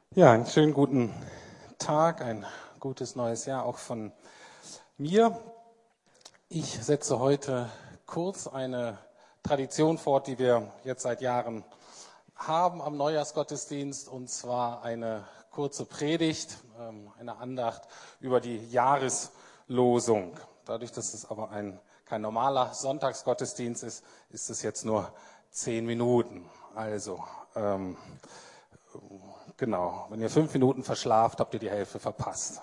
Ja, einen schönen guten Tag, ein gutes neues Jahr auch von mir. Ich setze heute kurz eine Tradition fort, die wir jetzt seit Jahren haben am Neujahrsgottesdienst, und zwar eine kurze Predigt, eine Andacht über die Jahreslosung. Dadurch, dass es aber kein normaler Sonntagsgottesdienst ist, ist es jetzt nur 10 Minuten. Also, genau, wenn ihr 5 Minuten verschlaft, habt ihr die Hälfte verpasst.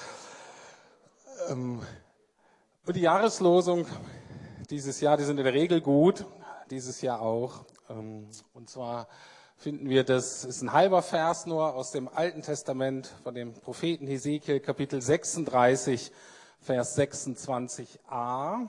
Und die Jahreslosung dieses Jahr, die sind in der Regel gut, dieses Jahr auch. Und zwar finden wir, das ist ein halber Vers nur aus dem Alten Testament von dem Propheten Hesekiel, Kapitel 36, Vers 26a.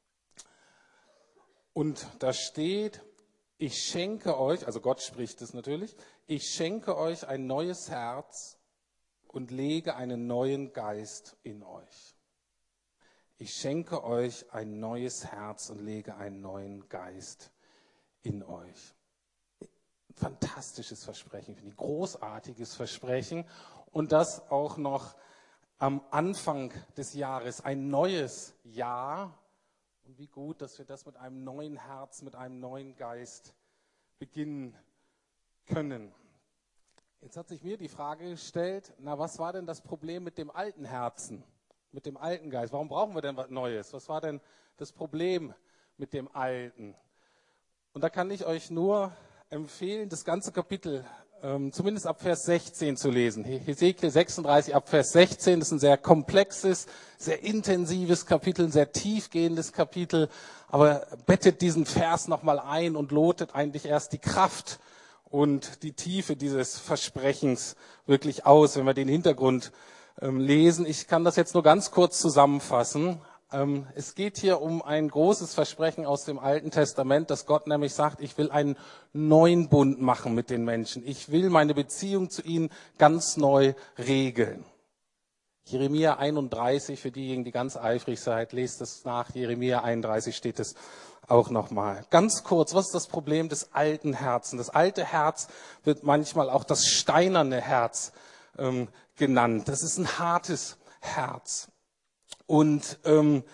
Und da steht: Ich schenke euch, also Gott spricht es natürlich, ich schenke euch ein neues Herz und lege einen neuen Geist in euch. Ich schenke euch ein neues Herz und lege einen neuen Geist in euch. Fantastisches Versprechen, finde ich, großartiges Versprechen. Und das auch noch am Anfang des Jahres, ein neues Jahr. Und wie gut, dass wir das mit einem neuen Herz, mit einem neuen Geist beginnen können. Jetzt hat sich mir die Frage gestellt, was war denn das Problem mit dem alten Herzen, mit dem alten Geist? Warum brauchen wir denn was Neues? Was war denn das Problem mit dem Alten? Und da kann ich euch nur empfehlen, das ganze Kapitel, zumindest ab Vers 16 zu lesen. Hesekiel 36 ab Vers 16, das ist ein sehr komplexes, sehr intensives Kapitel, ein sehr tiefgehendes Kapitel, aber bettet diesen Vers nochmal ein und lotet eigentlich erst die Kraft und die Tiefe dieses Versprechens wirklich aus, wenn wir den Hintergrund lesen. Ich kann das jetzt nur ganz kurz zusammenfassen. Es geht hier um ein großes Versprechen aus dem Alten Testament, dass Gott nämlich sagt, ich will einen neuen Bund machen mit den Menschen. Ich will meine Beziehung zu ihnen ganz neu regeln. Jeremia 31, für diejenigen, die ganz eifrig seid, lest es nach. Jeremia 31 steht es auch nochmal. Ganz kurz, was ist das Problem des alten Herzens? Das alte Herz wird manchmal auch das steinerne Herz genannt. Das ist ein hartes Herz. Und in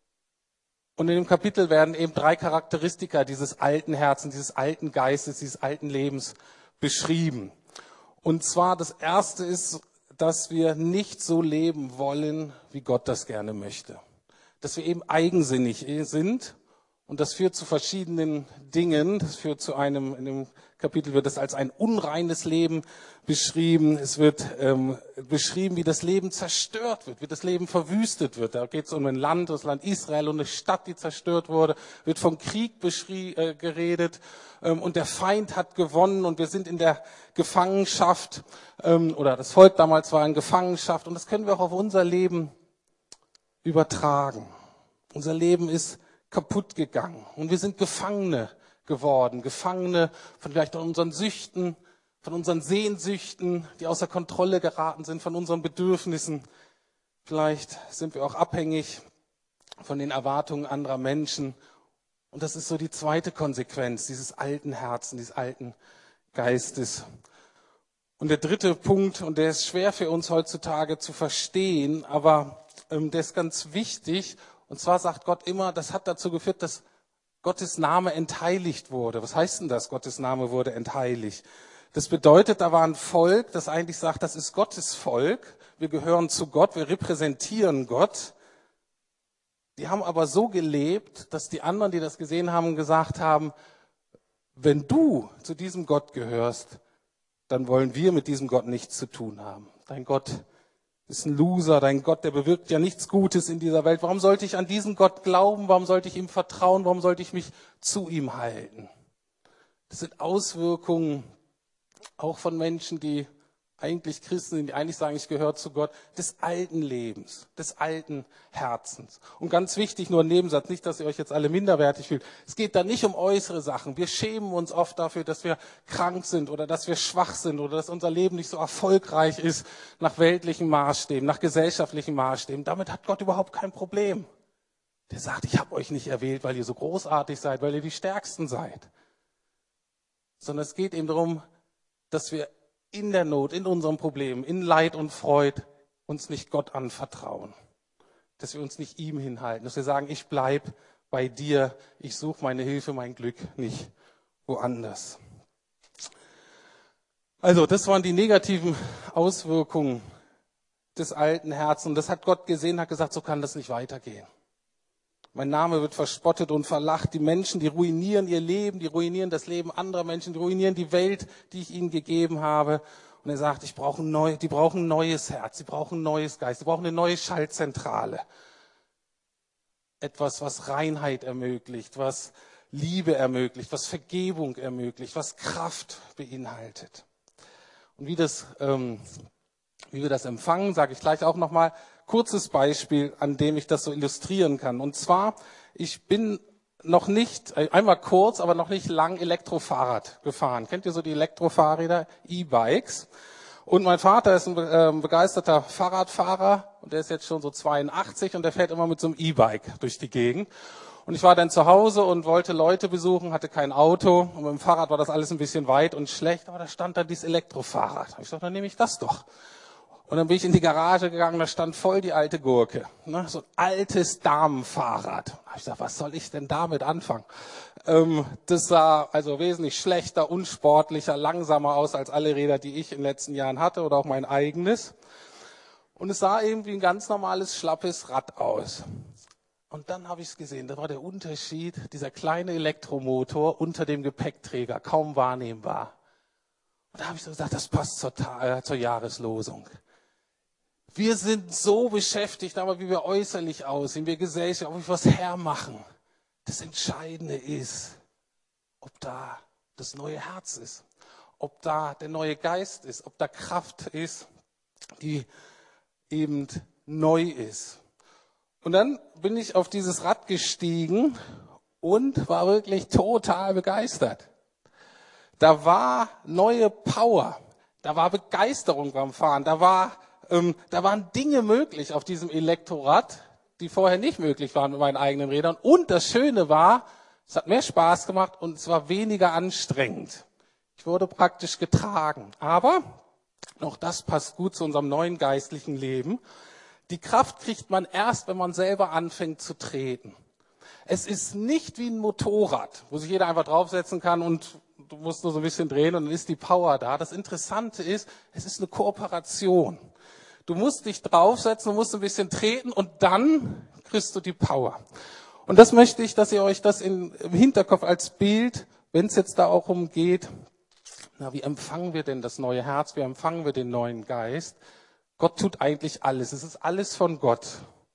dem Kapitel werden eben 3 Charakteristika dieses alten Herzens, dieses alten Geistes, dieses alten Lebens beschrieben. Und zwar das erste ist, dass wir nicht so leben wollen, wie Gott das gerne möchte. Dass wir eben eigensinnig sind. Und das führt zu verschiedenen Dingen. Das führt zu einem, in dem Kapitel wird es als ein unreines Leben beschrieben. Es wird beschrieben, wie das Leben zerstört wird, wie das Leben verwüstet wird. Da geht es um ein Land, das Land Israel, und eine Stadt, die zerstört wurde. Wird vom Krieg geredet. Und der Feind hat gewonnen und wir sind in der Gefangenschaft. Oder das Volk damals war in Gefangenschaft. Und das können wir auch auf unser Leben übertragen. Unser Leben ist kaputt gegangen. Und wir sind Gefangene geworden. Gefangene von vielleicht unseren Süchten, von unseren Sehnsüchten, die außer Kontrolle geraten sind, von unseren Bedürfnissen. Vielleicht sind wir auch abhängig von den Erwartungen anderer Menschen. Und das ist so die zweite Konsequenz dieses alten Herzens, dieses alten Geistes. Und der dritte Punkt, und der ist schwer für uns heutzutage zu verstehen, aber der ist ganz wichtig. Und zwar sagt Gott immer, das hat dazu geführt, dass Gottes Name entheiligt wurde. Was heißt denn das, Gottes Name wurde entheiligt? Das bedeutet, da war ein Volk, das eigentlich sagt, das ist Gottes Volk. Wir gehören zu Gott, wir repräsentieren Gott. Die haben aber so gelebt, dass die anderen, die das gesehen haben, gesagt haben, wenn du zu diesem Gott gehörst, dann wollen wir mit diesem Gott nichts zu tun haben. Dein Gott ist ein Loser, dein Gott, der bewirkt ja nichts Gutes in dieser Welt. Warum sollte ich an diesen Gott glauben? Warum sollte ich ihm vertrauen? Warum sollte ich mich zu ihm halten? Das sind Auswirkungen auch von Menschen, die eigentlich Christen sind, die eigentlich sagen, ich gehöre zu Gott, des alten Lebens, des alten Herzens. Und ganz wichtig, nur ein Nebensatz, nicht, dass ihr euch jetzt alle minderwertig fühlt. Es geht da nicht um äußere Sachen. Wir schämen uns oft dafür, dass wir krank sind oder dass wir schwach sind oder dass unser Leben nicht so erfolgreich ist nach weltlichen Maßstäben, nach gesellschaftlichen Maßstäben. Damit hat Gott überhaupt kein Problem. Der sagt, ich habe euch nicht erwählt, weil ihr so großartig seid, weil ihr die Stärksten seid. Sondern es geht eben darum, dass wir in der Not, in unseren Problemen, in Leid und Freud uns nicht Gott anvertrauen. Dass wir uns nicht ihm hinhalten, dass wir sagen, ich bleib bei dir, ich suche meine Hilfe, mein Glück nicht woanders. Also das waren die negativen Auswirkungen des alten Herzens. Und das hat Gott gesehen, hat gesagt, so kann das nicht weitergehen. Mein Name wird verspottet und verlacht. Die Menschen, die ruinieren ihr Leben, die ruinieren das Leben anderer Menschen, die ruinieren die Welt, die ich ihnen gegeben habe. Und er sagt, die brauchen ein neues Herz, die brauchen ein neues Geist, die brauchen eine neue Schaltzentrale. Etwas, was Reinheit ermöglicht, was Liebe ermöglicht, was Vergebung ermöglicht, was Kraft beinhaltet. Und wie wir das empfangen, sage ich gleich auch nochmal. Kurzes Beispiel, an dem ich das so illustrieren kann. Und zwar, ich bin noch nicht, einmal kurz, aber noch nicht lang Elektrofahrrad gefahren. Kennt ihr so die Elektrofahrräder, E-Bikes? Und mein Vater ist ein begeisterter Fahrradfahrer und der ist jetzt schon so 82 und der fährt immer mit so einem E-Bike durch die Gegend. Und ich war dann zu Hause und wollte Leute besuchen, hatte kein Auto und mit dem Fahrrad war das alles ein bisschen weit und schlecht, aber da stand dann dieses Elektrofahrrad. Ich dachte, dann nehme ich das doch. Und dann bin ich in die Garage gegangen, da stand voll die alte Gurke. Ne? So ein altes Damenfahrrad. Da habe ich gedacht, was soll ich denn damit anfangen? Das sah also wesentlich schlechter, unsportlicher, langsamer aus als alle Räder, die ich in den letzten Jahren hatte oder auch mein eigenes. Und es sah eben wie ein ganz normales, schlappes Rad aus. Und dann habe ich es gesehen, das war der Unterschied, dieser kleine Elektromotor unter dem Gepäckträger, kaum wahrnehmbar. Und da habe ich so gesagt, das passt zur Jahreslosung. Wir sind so beschäftigt, aber wie wir äußerlich aussehen, wir Gesellschaft, ob wir was hermachen. Das Entscheidende ist, ob da das neue Herz ist, ob da der neue Geist ist, ob da Kraft ist, die eben neu ist. Und dann bin ich auf dieses Rad gestiegen und war wirklich total begeistert. Da war neue Power, da war Begeisterung beim Fahren, da waren Dinge möglich auf diesem Elektrorad, die vorher nicht möglich waren mit meinen eigenen Rädern. Und das Schöne war, es hat mehr Spaß gemacht und es war weniger anstrengend. Ich wurde praktisch getragen. Aber, auch das passt gut zu unserem neuen geistlichen Leben, die Kraft kriegt man erst, wenn man selber anfängt zu treten. Es ist nicht wie ein Motorrad, wo sich jeder einfach draufsetzen kann und du musst nur so ein bisschen drehen und dann ist die Power da. Das Interessante ist, es ist eine Kooperation. Du musst dich draufsetzen, du musst ein bisschen treten und dann kriegst du die Power. Und das möchte ich, dass ihr euch das im Hinterkopf als Bild, wenn es jetzt da auch umgeht, wie empfangen wir denn das neue Herz, wie empfangen wir den neuen Geist? Gott tut eigentlich alles, es ist alles von Gott.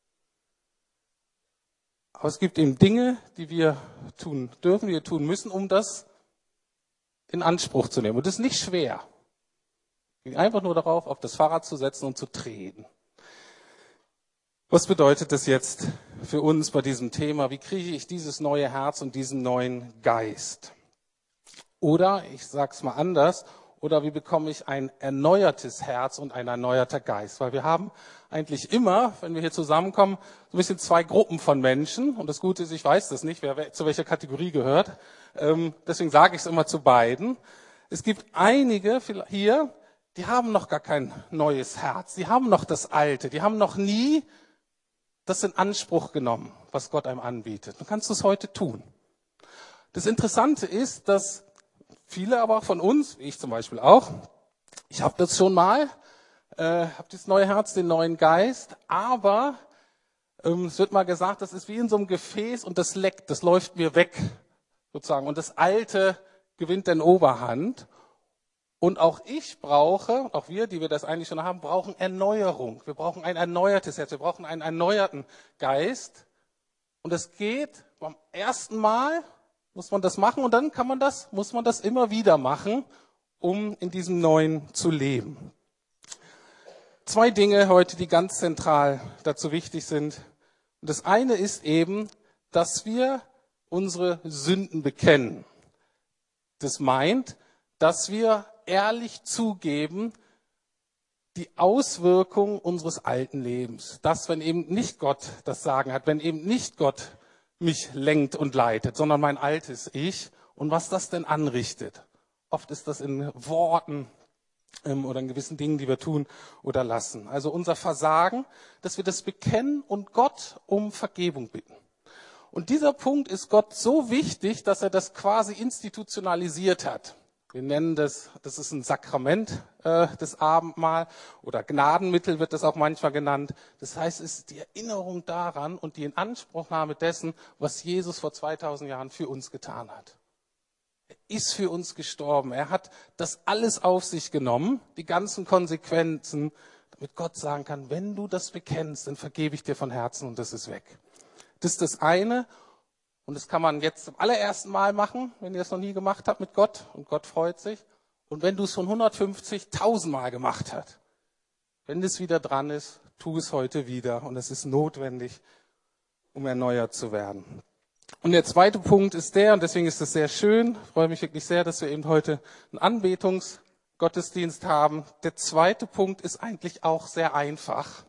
Aber es gibt eben Dinge, die wir tun dürfen, die wir tun müssen, um das in Anspruch zu nehmen. Und das ist nicht schwer. Es geht einfach nur darauf, auf das Fahrrad zu setzen und zu treten. Was bedeutet das jetzt für uns bei diesem Thema? Wie kriege ich dieses neue Herz und diesen neuen Geist? Oder, ich sage es mal anders, oder wie bekomme ich ein erneuertes Herz und ein erneuerter Geist? Weil wir haben eigentlich immer, wenn wir hier zusammenkommen, so ein bisschen zwei Gruppen von Menschen. Und das Gute ist, ich weiß das nicht, wer zu welcher Kategorie gehört. Deswegen sage ich es immer zu beiden. Es gibt einige hier, die haben noch gar kein neues Herz. Die haben noch das Alte. Die haben noch nie das in Anspruch genommen, was Gott einem anbietet. Dann kannst du es heute tun. Das Interessante ist, dass viele aber auch von uns, ich zum Beispiel auch, ich habe das schon mal, habe das neue Herz, den neuen Geist, aber es wird mal gesagt, das ist wie in so einem Gefäß und das leckt, das läuft mir weg sozusagen und das Alte gewinnt dann Oberhand. Und auch ich brauche, auch wir, die wir das eigentlich schon haben, brauchen Erneuerung. Wir brauchen ein erneuertes Herz, wir brauchen einen erneuerten Geist. Und es geht beim ersten Mal, muss man das machen und dann muss man das immer wieder machen, um in diesem Neuen zu leben. Zwei Dinge heute, die ganz zentral dazu wichtig sind. Und das eine ist eben, dass wir unsere Sünden bekennen. Das meint, dass wir ehrlich zugeben, die Auswirkung unseres alten Lebens. Dass, wenn eben nicht Gott das Sagen hat, wenn eben nicht Gott mich lenkt und leitet, sondern mein altes Ich und was das denn anrichtet. Oft ist das in Worten, oder in gewissen Dingen, die wir tun oder lassen. Also unser Versagen, dass wir das bekennen und Gott um Vergebung bitten. Und dieser Punkt ist Gott so wichtig, dass er das quasi institutionalisiert hat. Wir nennen das ist ein Sakrament, das Abendmahl, oder Gnadenmittel wird das auch manchmal genannt. Das heißt, es ist die Erinnerung daran und die Inanspruchnahme dessen, was Jesus vor 2000 Jahren für uns getan hat. Er ist für uns gestorben. Er hat das alles auf sich genommen, die ganzen Konsequenzen, damit Gott sagen kann, wenn du das bekennst, dann vergebe ich dir von Herzen und das ist weg. Das ist das eine. Und das kann man jetzt zum allerersten Mal machen, wenn ihr das noch nie gemacht habt mit Gott. Und Gott freut sich. Und wenn du es schon 150.000 Mal gemacht hast, wenn das wieder dran ist, tu es heute wieder. Und es ist notwendig, um erneuert zu werden. Und der zweite Punkt ist der, und deswegen ist es sehr schön, ich freue mich wirklich sehr, dass wir eben heute einen Anbetungsgottesdienst haben. Der zweite Punkt ist eigentlich auch sehr einfach.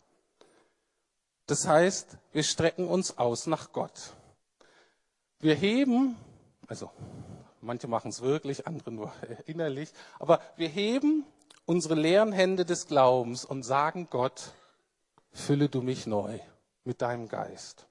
Das heißt, wir strecken uns aus nach Gott. Wir heben, also manche machen es wirklich, andere nur innerlich, aber wir heben unsere leeren Hände des Glaubens und sagen Gott, fülle du mich neu mit deinem Geist.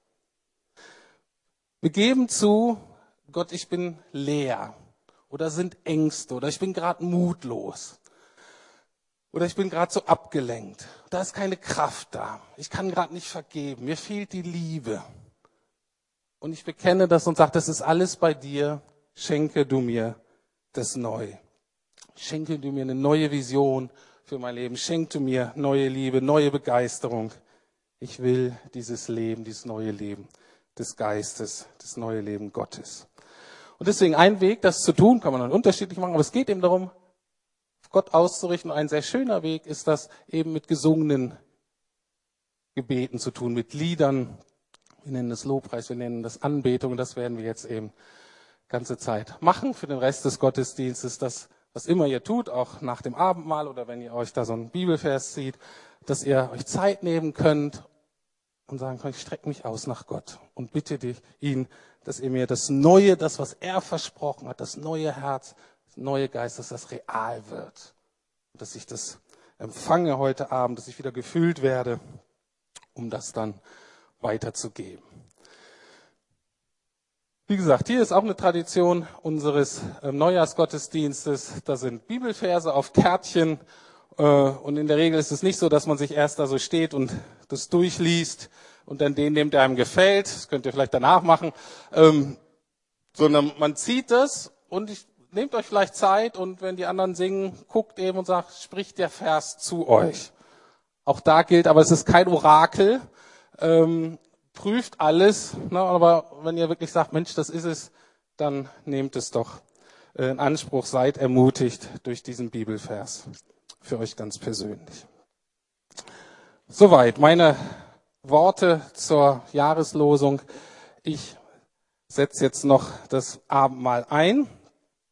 Wir geben zu, Gott, ich bin leer oder sind Ängste oder ich bin gerade mutlos oder ich bin gerade so abgelenkt. Da ist keine Kraft da. Ich kann gerade nicht vergeben. Mir fehlt die Liebe. Und ich bekenne das und sage, das ist alles bei dir. Schenke du mir das neu. Schenke du mir eine neue Vision für mein Leben. Schenke du mir neue Liebe, neue Begeisterung. Ich will dieses Leben, dieses neue Leben des Geistes, das neue Leben Gottes. Und deswegen ein Weg, das zu tun, kann man dann unterschiedlich machen, aber es geht eben darum, Gott auszurichten. Ein sehr schöner Weg ist das eben mit gesungenen Gebeten zu tun, mit Liedern. Wir nennen das Lobpreis, wir nennen das Anbetung. Das werden wir jetzt eben ganze Zeit machen für den Rest des Gottesdienstes. Das, was immer ihr tut, auch nach dem Abendmahl oder wenn ihr euch da so einen Bibelvers zieht, dass ihr euch Zeit nehmen könnt und sagen könnt, ich strecke mich aus nach Gott und bitte ihn, dass ihr mir das Neue, das, was er versprochen hat, das neue Herz, das neue Geist, dass das real wird. Und dass ich das empfange heute Abend, dass ich wieder gefüllt werde, um das dann weiterzugeben. Wie gesagt, hier ist auch eine Tradition unseres Neujahrsgottesdienstes. Da sind Bibelverse auf Kärtchen. Und in der Regel ist es nicht so, dass man sich erst da so steht und das durchliest und dann den nimmt, der einem gefällt. Das könnt ihr vielleicht danach machen. Sondern man zieht das und nehmt euch vielleicht Zeit und wenn die anderen singen, guckt eben und sagt, spricht der Vers zu euch. Auch da gilt, aber es ist kein Orakel. Prüft alles, ne, aber wenn ihr wirklich sagt, Mensch, das ist es, dann nehmt es doch in Anspruch, seid ermutigt durch diesen Bibelvers für euch ganz persönlich. Soweit meine Worte zur Jahreslosung. Ich setze jetzt noch das Abendmahl ein.